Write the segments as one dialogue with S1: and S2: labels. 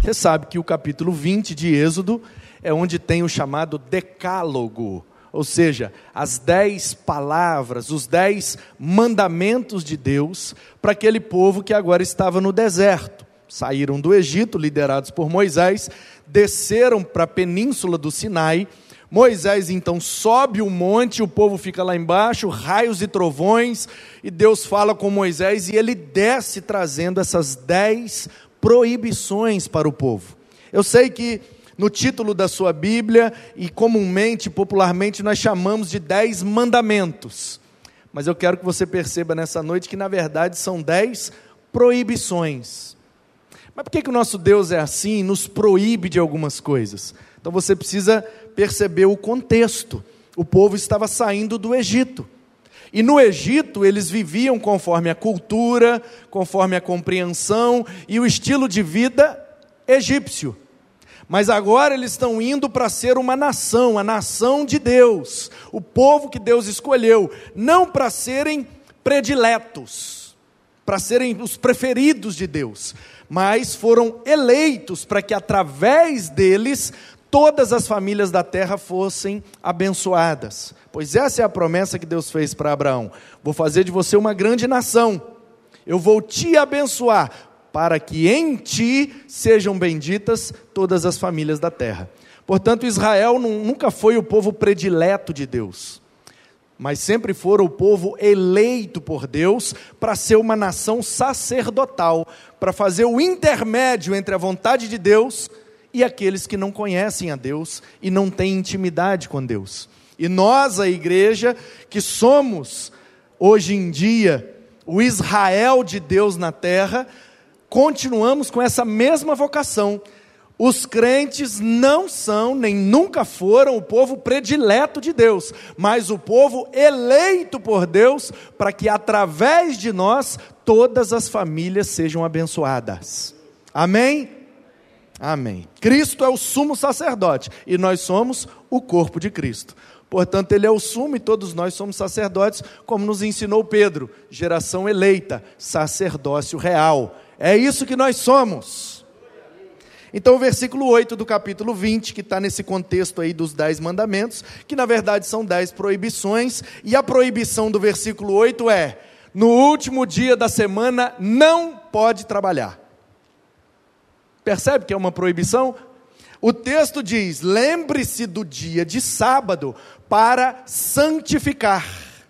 S1: Você sabe que o capítulo 20 de Êxodo é onde tem o chamado decálogo, ou seja, as 10 palavras, os 10 mandamentos de Deus para aquele povo que agora estava no deserto. Saíram do Egito, liderados por Moisés, desceram para a península do Sinai. Moisés então sobe o monte, o povo fica lá embaixo, raios e trovões, e Deus fala com Moisés e ele desce trazendo essas 10 proibições para o povo. Eu sei que no título da sua Bíblia, e comumente, popularmente, nós chamamos de 10 mandamentos. Mas eu quero que você perceba nessa noite que, na verdade, são 10 proibições. Mas por que o nosso Deus é assim, nos proíbe de algumas coisas? Então você precisa perceber o contexto. O povo estava saindo do Egito. E no Egito eles viviam conforme a cultura, conforme a compreensão e o estilo de vida egípcio. Mas agora eles estão indo para ser uma nação, a nação de Deus, o povo que Deus escolheu, não para serem prediletos, para serem os preferidos de Deus, mas foram eleitos para que através deles todas as famílias da terra fossem abençoadas. Pois essa é a promessa que Deus fez para Abraão: vou fazer de você uma grande nação, eu vou te abençoar, para que em ti sejam benditas todas as famílias da terra. Portanto, Israel nunca foi o povo predileto de Deus, mas sempre foram o povo eleito por Deus para ser uma nação sacerdotal, para fazer o intermédio entre a vontade de Deus e aqueles que não conhecem a Deus e não têm intimidade com Deus. E nós, a igreja, que somos hoje em dia o Israel de Deus na terra, continuamos com essa mesma vocação. Os crentes não são, nem nunca foram o povo predileto de Deus, mas o povo eleito por Deus, para que através de nós, todas as famílias sejam abençoadas. Amém? Amém. Cristo é o sumo sacerdote, e nós somos o corpo de Cristo. Portanto, ele é o sumo e todos nós somos sacerdotes, como nos ensinou Pedro, geração eleita, sacerdócio real. É isso que nós somos. Então o versículo 8 do capítulo 20, que está nesse contexto aí dos 10 mandamentos, que na verdade são 10 proibições, e a proibição do versículo 8 é: no último dia da semana não pode trabalhar. Percebe que é uma proibição? O texto diz: lembre-se do dia de sábado para santificar.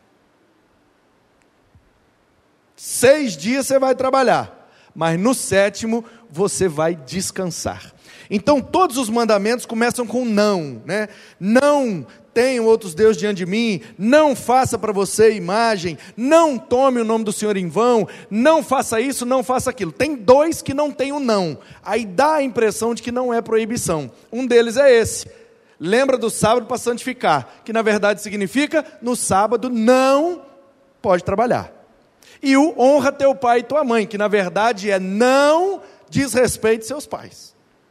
S1: 6 dias você vai trabalhar, mas no 7º você vai descansar. Então todos os mandamentos começam com não, né? Não tenham outros deuses diante de mim, não faça para você imagem, não tome o nome do Senhor em vão, não faça isso, não faça aquilo. Tem 2 que não tem o não, aí dá a impressão de que não é proibição. Um deles é esse: lembra do sábado para santificar, que na verdade significa, no sábado não pode trabalhar. E o honra teu pai e tua mãe, que na verdade é não desrespeite seus pais.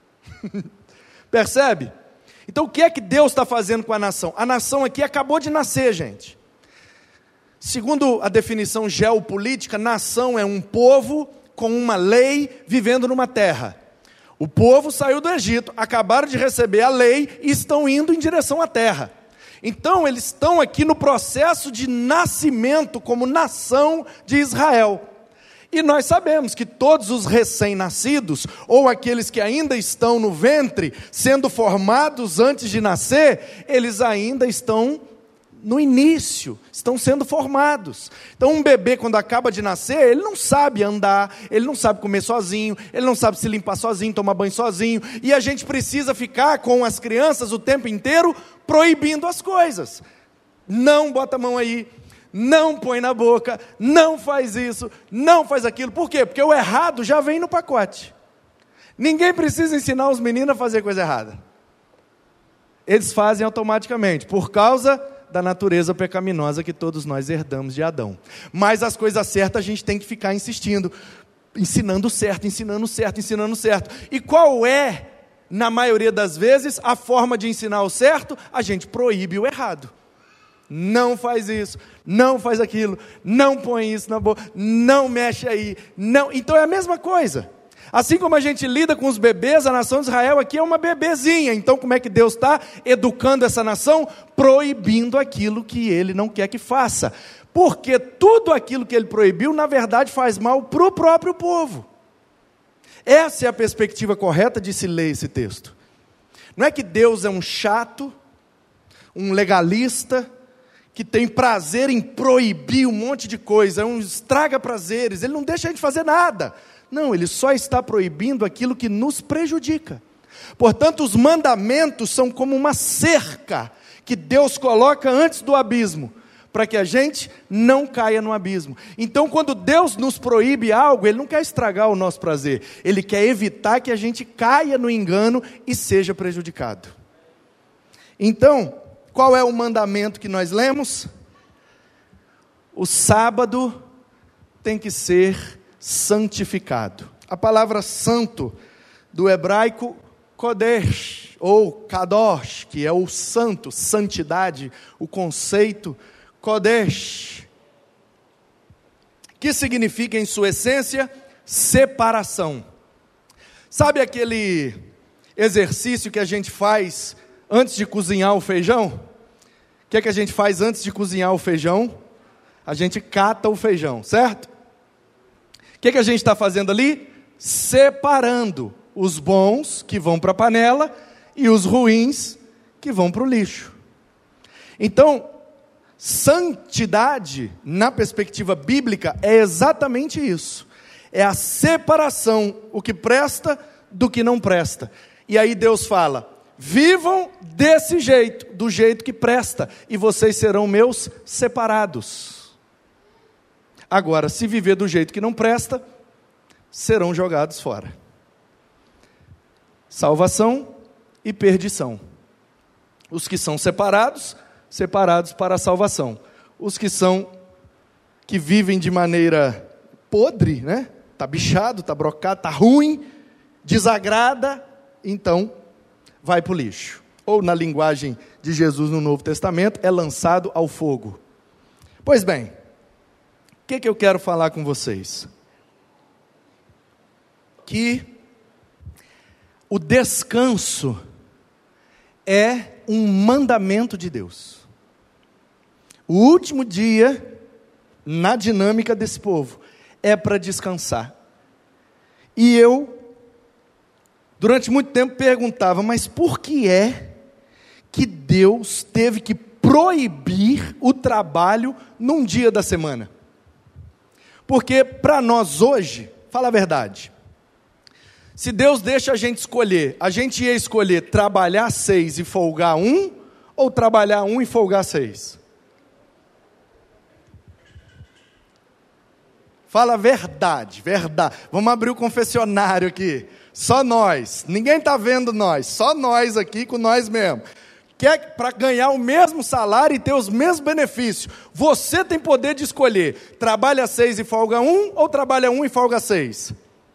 S1: Percebe? Então o que é que Deus está fazendo com a nação? A nação aqui acabou de nascer, gente. Segundo a definição geopolítica, nação é um povo com uma lei vivendo numa terra. O povo saiu do Egito, acabaram de receber a lei e estão indo em direção à terra. Então eles estão aqui no processo de nascimento como nação de Israel. E nós sabemos que todos os recém-nascidos, ou aqueles que ainda estão no ventre, sendo formados antes de nascer, eles ainda estão no início, estão sendo formados. Então um bebê, quando acaba de nascer, ele não sabe andar, ele não sabe comer sozinho, ele não sabe se limpar sozinho, tomar banho sozinho, e a gente precisa ficar com as crianças o tempo inteiro proibindo as coisas. Não bota a mão aí, não põe na boca, não faz isso, não faz aquilo. Por quê? Porque o errado já vem no pacote. Ninguém precisa ensinar os meninos a fazer coisa errada. Eles fazem automaticamente, por causa da natureza pecaminosa que todos nós herdamos de Adão. Mas as coisas certas a gente tem que ficar insistindo, ensinando certo, ensinando certo, ensinando certo. E qual é, na maioria das vezes, a forma de ensinar o certo? A gente proíbe o errado. Não faz isso, não faz aquilo, não põe isso na boca, não mexe aí, não. Então é a mesma coisa. Assim como a gente lida com os bebês, a nação de Israel aqui é uma bebezinha. Então como é que Deus está educando essa nação? Proibindo aquilo que Ele não quer que faça. Porque tudo aquilo que Ele proibiu, na verdade, faz mal para o próprio povo. Essa é a perspectiva correta de se ler esse texto. Não é que Deus é um chato, um legalista, que tem prazer em proibir um monte de coisa, é um estraga prazeres, Ele não deixa a gente fazer nada. Não, Ele só está proibindo aquilo que nos prejudica. Portanto, os mandamentos são como uma cerca que Deus coloca antes do abismo, para que a gente não caia no abismo. Então, quando Deus nos proíbe algo, Ele não quer estragar o nosso prazer, Ele quer evitar que a gente caia no engano e seja prejudicado. Então, qual é o mandamento que nós lemos? O sábado tem que ser santificado. A palavra santo, do hebraico kodesh, ou kadosh, que é o santo, santidade, o conceito kodesh, que significa em sua essência, separação. Sabe aquele exercício que a gente faz antes de cozinhar o feijão? O que é que a gente faz antes de cozinhar o feijão? A gente cata o feijão, certo? O que é que a gente está fazendo ali? Separando os bons que vão para a panela e os ruins que vão para o lixo. Então, santidade, na perspectiva bíblica, é exatamente isso. É a separação, o que presta do que não presta. E aí Deus fala: vivam desse jeito, do jeito que presta, e vocês serão meus separados. Agora, se viver do jeito que não presta, serão jogados fora. Salvação e perdição. Os que são separados, separados para a salvação. Os que vivem de maneira podre, né? Está bichado, está brocado, está ruim, desagrada, então vai para o lixo. Ou na linguagem de Jesus no Novo Testamento, é lançado ao fogo. Pois bem, o que eu quero falar com vocês? Que o descanso é um mandamento de Deus. O último dia, na dinâmica desse povo, é para descansar. E eu, durante muito tempo, perguntava, mas por que é que Deus teve que proibir o trabalho num dia da semana? Porque para nós hoje, fala a verdade, se Deus deixa a gente escolher, a gente ia escolher trabalhar 6 e folgar 1, ou trabalhar 1 e folgar 6? Fala a verdade, verdade. Vamos abrir o confessionário aqui. Só nós, ninguém está vendo nós, só nós aqui com nós mesmo. Quer para ganhar o mesmo salário e ter os mesmos benefícios. Você tem poder de escolher, trabalha 6 e folga 1, ou trabalha 1 e folga 6?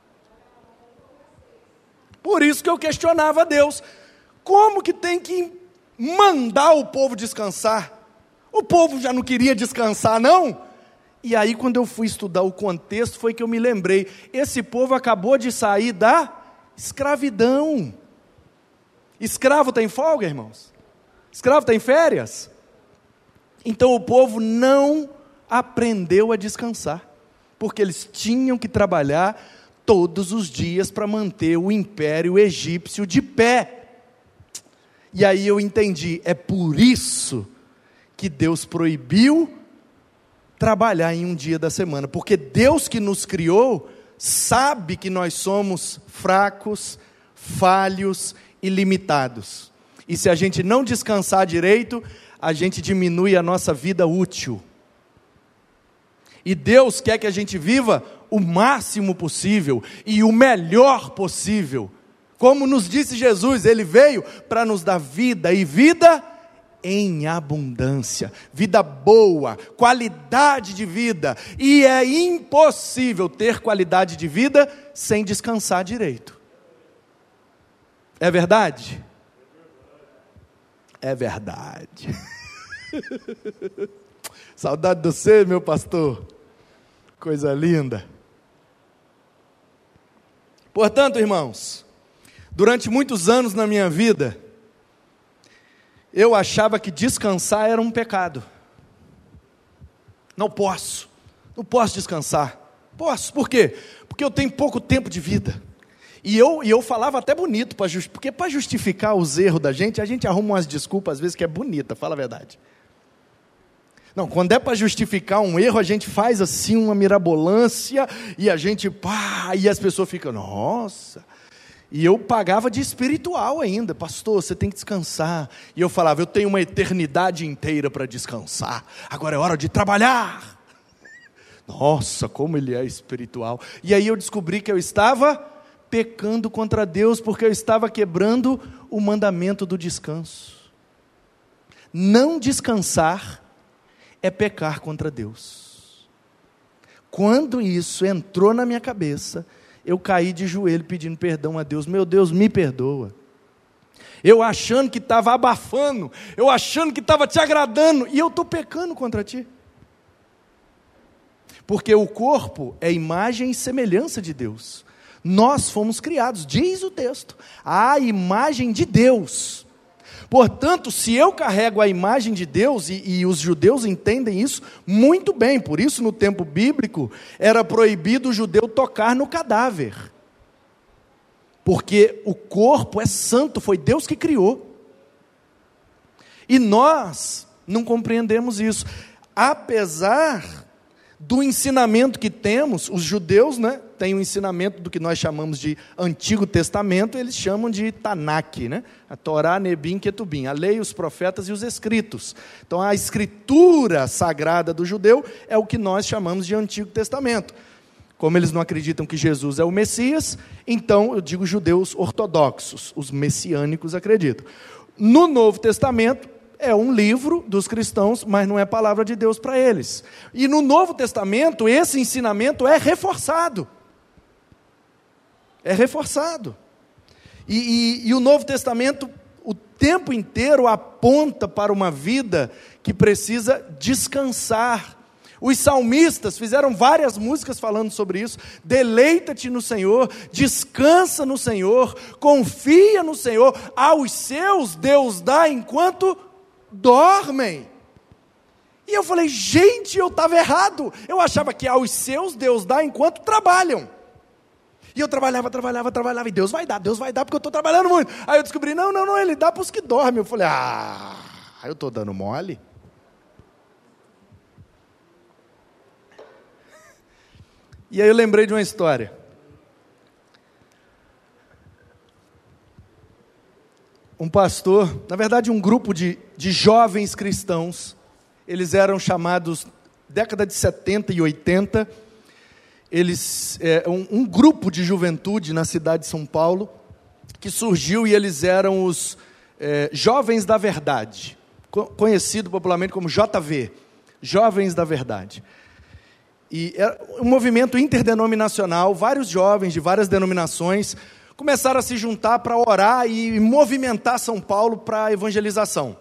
S1: Por isso que eu questionava a Deus, como que tem que mandar o povo descansar? O povo já não queria descansar, não? E aí, quando eu fui estudar o contexto, foi que eu me lembrei, esse povo acabou de sair da escravidão. Escravo tem folga, irmãos? Escravo tem férias? Então o povo não aprendeu a descansar, porque eles tinham que trabalhar todos os dias para manter o império egípcio de pé. E aí eu entendi, é por isso que Deus proibiu trabalhar em um dia da semana, porque Deus que nos criou, sabe que nós somos fracos, falhos e limitados. E se a gente não descansar direito, a gente diminui a nossa vida útil. E Deus quer que a gente viva o máximo possível e o melhor possível. Como nos disse Jesus, Ele veio para nos dar vida e vida em abundância, vida boa, qualidade de vida. E é impossível ter qualidade de vida sem descansar direito. É verdade? É verdade. Saudade de você, meu pastor. Coisa linda. Portanto, irmãos, durante muitos anos na minha vida, eu achava que descansar era um pecado. Não posso descansar. Posso, por quê? Porque eu tenho pouco tempo de vida. E eu falava até bonito, porque para justificar os erros da gente, a gente arruma umas desculpas, às vezes, que é bonita, fala a verdade. Não, quando é para justificar um erro, a gente faz assim uma mirabolância, e a gente, e as pessoas ficam, nossa. E eu pagava de espiritual ainda, pastor, você tem que descansar. E eu falava, eu tenho uma eternidade inteira para descansar, agora é hora de trabalhar. Nossa, como ele é espiritual. E aí eu descobri que eu estava pecando contra Deus, porque eu estava quebrando o mandamento do descanso. Não descansar é pecar contra Deus. Quando isso entrou na minha cabeça, eu caí de joelho pedindo perdão a Deus. Meu Deus, me perdoa. Eu achando que estava abafando, eu achando que estava te agradando, e eu estou pecando contra ti. Porque o corpo é imagem e semelhança de Deus. Nós fomos criados, diz o texto, à imagem de Deus. Portanto, se eu carrego a imagem de Deus, e os judeus entendem isso muito bem, por isso no tempo bíblico era proibido o judeu tocar no cadáver. Porque o corpo é santo, foi Deus que criou. E nós não compreendemos isso. Apesar do ensinamento que temos, os judeus, têm um ensinamento do que nós chamamos de Antigo Testamento, eles chamam de Tanakh, a Torá, Nebim, Ketubim, a lei, os profetas e os escritos. Então a escritura sagrada do judeu é o que nós chamamos de Antigo Testamento. Como eles não acreditam que Jesus é o Messias, então eu digo judeus ortodoxos, os messiânicos acreditam. No Novo Testamento, é um livro dos cristãos, mas não é palavra de Deus para eles. E no Novo Testamento, esse ensinamento é reforçado. É reforçado. E o Novo Testamento, o tempo inteiro, aponta para uma vida que precisa descansar. Os salmistas fizeram várias músicas falando sobre isso. Deleita-te no Senhor, descansa no Senhor, confia no Senhor. Aos seus Deus dá enquanto dormem. E eu falei, gente, eu estava errado. Eu achava que aos seus Deus dá enquanto trabalham. E eu trabalhava, e Deus vai dar, porque eu estou trabalhando muito. Aí eu descobri, não, Ele dá para os que dormem. Eu falei, eu estou dando mole? E aí eu lembrei de uma história. Um pastor, na verdade um grupo de jovens cristãos, eles eram chamados, década de 70 e 80, um grupo de juventude na cidade de São Paulo, que surgiu e eles eram os Jovens da Verdade, conhecido popularmente como JV, Jovens da Verdade. E era um movimento interdenominacional, vários jovens de várias denominações começaram a se juntar para orar e movimentar São Paulo para a evangelização.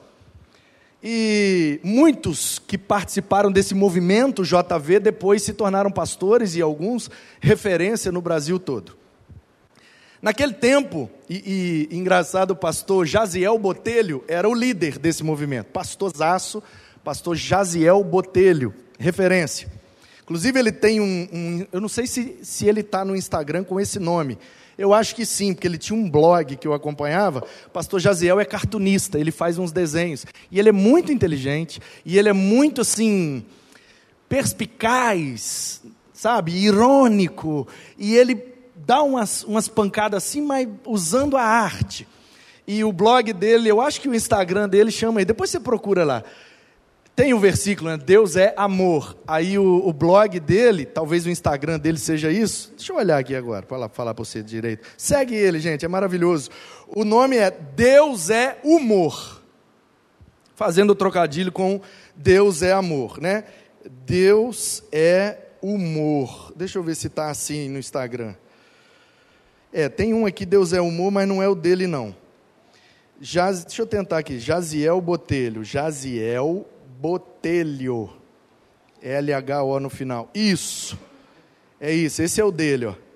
S1: E muitos que participaram desse movimento JV depois se tornaram pastores e alguns referência no Brasil todo. Naquele tempo, engraçado, o pastor Jaziel Botelho era o líder desse movimento, pastorzaço, pastor Jaziel Botelho, referência. Inclusive ele tem eu não sei se ele está no Instagram com esse nome. Eu acho que sim, porque ele tinha um blog que eu acompanhava. O pastor Jaziel é cartunista, ele faz uns desenhos. E ele é muito inteligente, e ele é muito, assim, perspicaz, sabe, irônico. E ele dá umas pancadas assim, mas usando a arte. E o blog dele, eu acho que o Instagram dele chama aí, depois você procura lá. Tem um versículo, Deus é amor. Aí o blog dele, talvez o Instagram dele seja isso. Deixa eu olhar aqui agora, para falar para você direito. Segue ele, gente, é maravilhoso. O nome é Deus é humor. Fazendo o trocadilho com Deus é amor, né? Deus é humor. Deixa eu ver se está assim no Instagram. Tem um aqui, Deus é humor, mas não é o dele não. Deixa eu tentar aqui, Jaziel Botelho. Jaziel Botelho, LHO no final, isso, esse é o dele,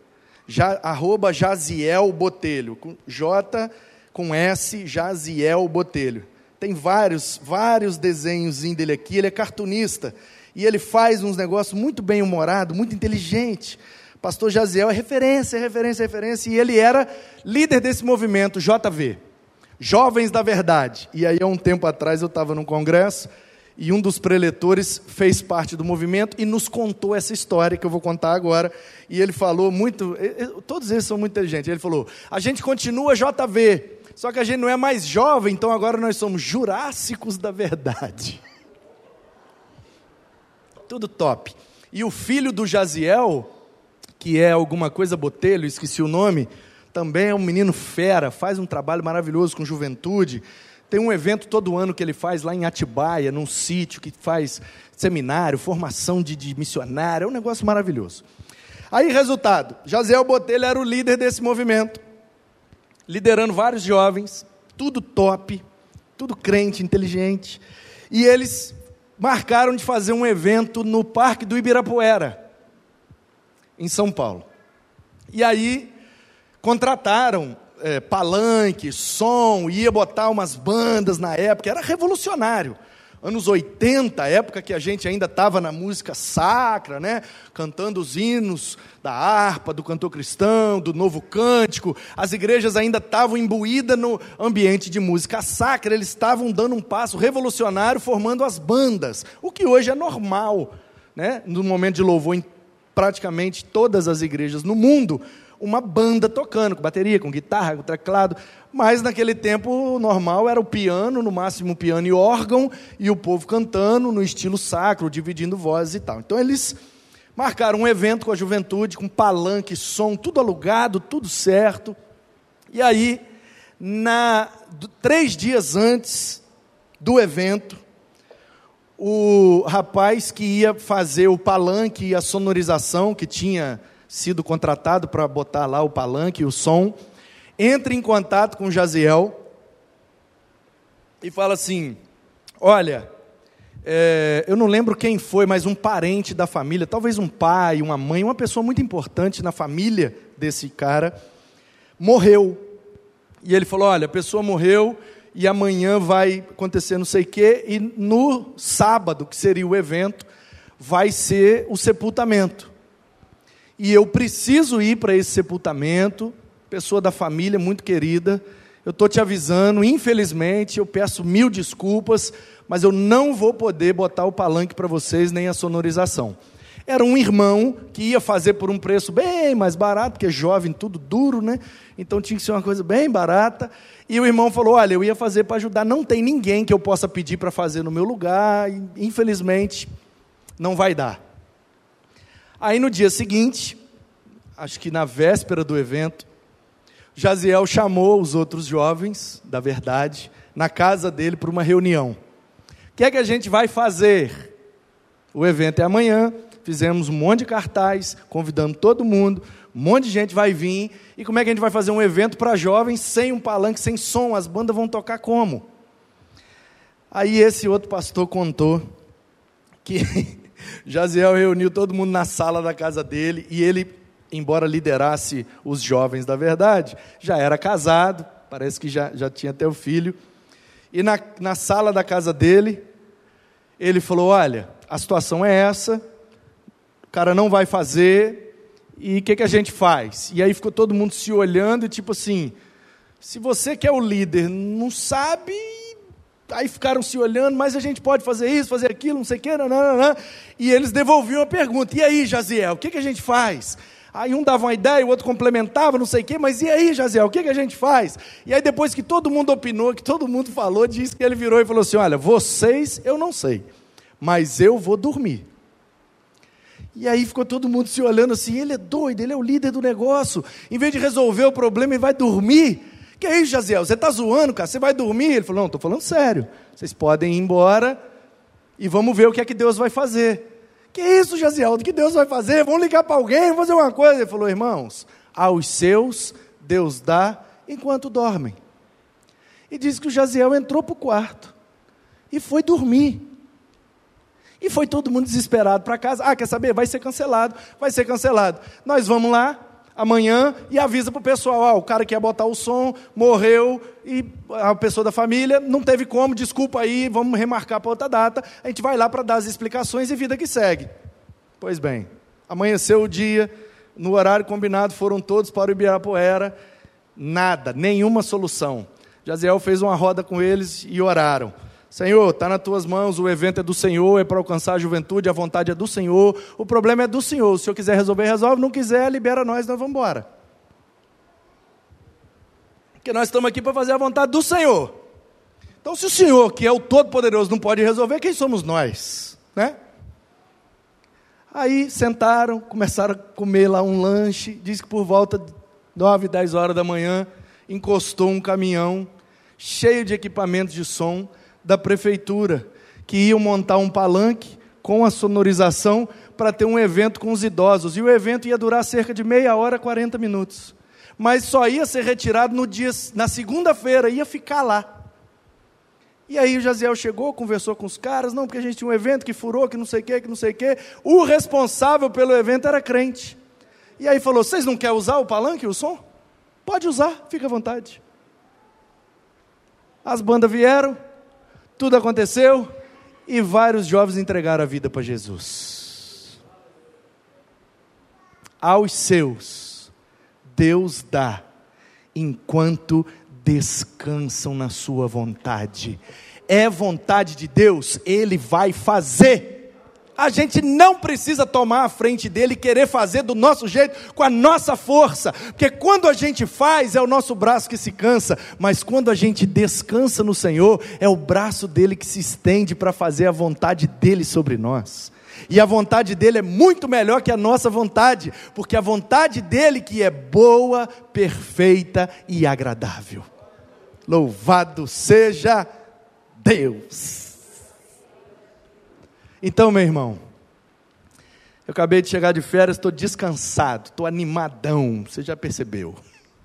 S1: Jaziel Botelho, com J, com S, Jaziel Botelho. Tem vários desenhos dele aqui, ele é cartunista, e ele faz uns negócios muito bem humorado, muito inteligente. Pastor Jaziel é referência, e ele era líder desse movimento, JV, Jovens da Verdade. E aí, há um tempo atrás, eu estava num congresso, e um dos preletores fez parte do movimento e nos contou essa história que eu vou contar agora. E ele falou muito, todos eles são muito inteligentes, ele falou, a gente continua JV, só que a gente não é mais jovem, então agora nós somos Jurássicos da Verdade. Tudo top. E o filho do Jaziel, que é alguma coisa Botelho, esqueci o nome, também é um menino fera, faz um trabalho maravilhoso com juventude. Tem um evento todo ano que ele faz lá em Atibaia, num sítio que faz seminário, formação de missionário, é um negócio maravilhoso. Aí, resultado, Jaziel Botelho era o líder desse movimento, liderando vários jovens, tudo top, tudo crente, inteligente, e eles marcaram de fazer um evento no Parque do Ibirapuera, em São Paulo. E aí, contrataram palanque, som, ia botar umas bandas na época, era revolucionário. Anos 80, época que a gente ainda estava na música sacra, né? Cantando os hinos da harpa, do cantor cristão, do novo cântico. As igrejas ainda estavam imbuídas no ambiente de música sacra, eles estavam dando um passo revolucionário, formando as bandas, o que hoje é normal, né? No momento de louvor, em praticamente todas as igrejas no mundo, uma banda tocando, com bateria, com guitarra, com teclado, mas naquele tempo o normal era o piano, no máximo piano e órgão, e o povo cantando no estilo sacro, dividindo vozes e tal. Então eles marcaram um evento com a juventude, com palanque, som, tudo alugado, tudo certo, e aí, 3 dias antes do evento, o rapaz que ia fazer o palanque e a sonorização, que tinha sido contratado para botar lá o palanque e o som, entra em contato com o Jaziel e fala assim, olha, eu não lembro quem foi, mas um parente da família, talvez um pai, uma mãe, uma pessoa muito importante na família desse cara, morreu. E ele falou, olha, a pessoa morreu e amanhã vai acontecer não sei o quê, e no sábado, que seria o evento, vai ser o sepultamento. E eu preciso ir para esse sepultamento, pessoa da família muito querida, eu estou te avisando, infelizmente, eu peço 1000 desculpas, mas eu não vou poder botar o palanque para vocês, nem a sonorização. Era um irmão que ia fazer por um preço bem mais barato, porque jovem, tudo duro, né? Então tinha que ser uma coisa bem barata, e o irmão falou, olha, eu ia fazer para ajudar, não tem ninguém que eu possa pedir para fazer no meu lugar, e, infelizmente, não vai dar. Aí no dia seguinte, acho que na véspera do evento, Jaziel chamou os outros jovens, da verdade, na casa dele para uma reunião. O que é que a gente vai fazer? O evento é amanhã, fizemos um monte de cartaz, convidamos todo mundo, um monte de gente vai vir, e como é que a gente vai fazer um evento para jovens sem um palanque, sem som, as bandas vão tocar como? Aí esse outro pastor contou que Jaziel reuniu todo mundo na sala da casa dele, e ele, embora liderasse os jovens da verdade, já era casado, parece que já tinha até o filho, e na sala da casa dele, ele falou, olha, a situação é essa, o cara não vai fazer, e o que a gente faz? E aí ficou todo mundo se olhando, e tipo assim, se você que é o líder não sabe, aí ficaram se olhando, mas a gente pode fazer isso, fazer aquilo, não sei o quê, e eles devolviam a pergunta, e aí, Jaziel, o que a gente faz? Aí um dava uma ideia, o outro complementava, não sei o quê, mas e aí, Jaziel, o que a gente faz? E aí depois que todo mundo opinou, que todo mundo falou, disse que ele virou e falou assim, olha, vocês eu não sei, mas eu vou dormir. E aí ficou todo mundo se olhando assim, ele é doido, ele é o líder do negócio, em vez de resolver o problema, ele vai dormir. Que é isso, Jaziel, você está zoando, cara, você vai dormir? Ele falou, não, estou falando sério, vocês podem ir embora e vamos ver o que é que Deus vai fazer. Que isso, Jaziel, o que Deus vai fazer? Vamos ligar para alguém, vamos fazer uma coisa. Ele falou, irmãos, aos seus Deus dá enquanto dormem. E diz que o Jaziel entrou para o quarto e foi dormir. E foi todo mundo desesperado para casa. Ah, quer saber? Vai ser cancelado, vai ser cancelado. Nós vamos lá, amanhã, e avisa para o pessoal, o cara que ia botar o som morreu, e a pessoa da família não teve como, desculpa aí, vamos remarcar para outra data, a gente vai lá para dar as explicações e vida que segue. Pois bem, amanheceu o dia, no horário combinado foram todos para o Ibirapuera, nada, nenhuma solução. Jaziel fez uma roda com eles e oraram. Senhor, está nas tuas mãos, o evento é do Senhor, é para alcançar a juventude, a vontade é do Senhor, o problema é do Senhor, se o Senhor quiser resolver, resolve, não quiser, libera nós vamos embora. Porque nós estamos aqui para fazer a vontade do Senhor. Então, se o Senhor, que é o Todo-Poderoso, não pode resolver, quem somos nós? Né? Aí, sentaram, começaram a comer lá um lanche, diz que por volta de 9, 10 horas da manhã, encostou um caminhão, cheio de equipamentos de som, da prefeitura, que iam montar um palanque com a sonorização para ter um evento com os idosos, e o evento ia durar cerca de meia hora, 40 minutos, mas só ia ser retirado na segunda-feira, ia ficar lá. E aí o Jaziel chegou, conversou com os caras, não, porque a gente tinha um evento que furou, que não sei o que, o responsável pelo evento era crente, e aí falou, vocês não querem usar o palanque, o som? Pode usar, fica à vontade. As bandas vieram, tudo aconteceu, e vários jovens entregaram a vida para Jesus. Aos seus, Deus dá, enquanto descansam na sua vontade. É vontade de Deus, Ele vai fazer. A gente não precisa tomar a frente dele e querer fazer do nosso jeito, com a nossa força, porque quando a gente faz, é o nosso braço que se cansa, mas quando a gente descansa no Senhor, é o braço dele que se estende para fazer a vontade dele sobre nós, e a vontade dele é muito melhor que a nossa vontade, porque a vontade dele que é boa, perfeita e agradável. Louvado seja Deus! Então, meu irmão, eu acabei de chegar de férias, estou descansado, estou animadão, você já percebeu.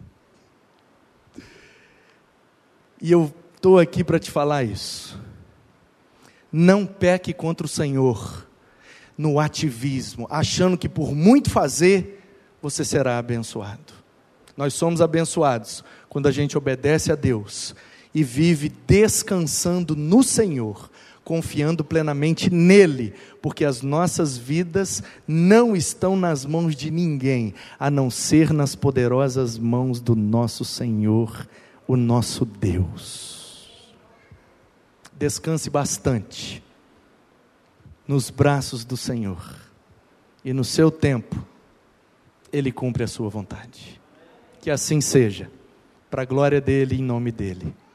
S1: E eu estou aqui para te falar isso. Não peque contra o Senhor no ativismo, achando que por muito fazer, você será abençoado. Nós somos abençoados quando a gente obedece a Deus e vive descansando no Senhor, confiando plenamente nele, porque as nossas vidas não estão nas mãos de ninguém, a não ser nas poderosas mãos do nosso Senhor, o nosso Deus. Descanse bastante nos braços do Senhor, e no seu tempo, Ele cumpre a sua vontade. Que assim seja, para a glória dEle e em nome dEle.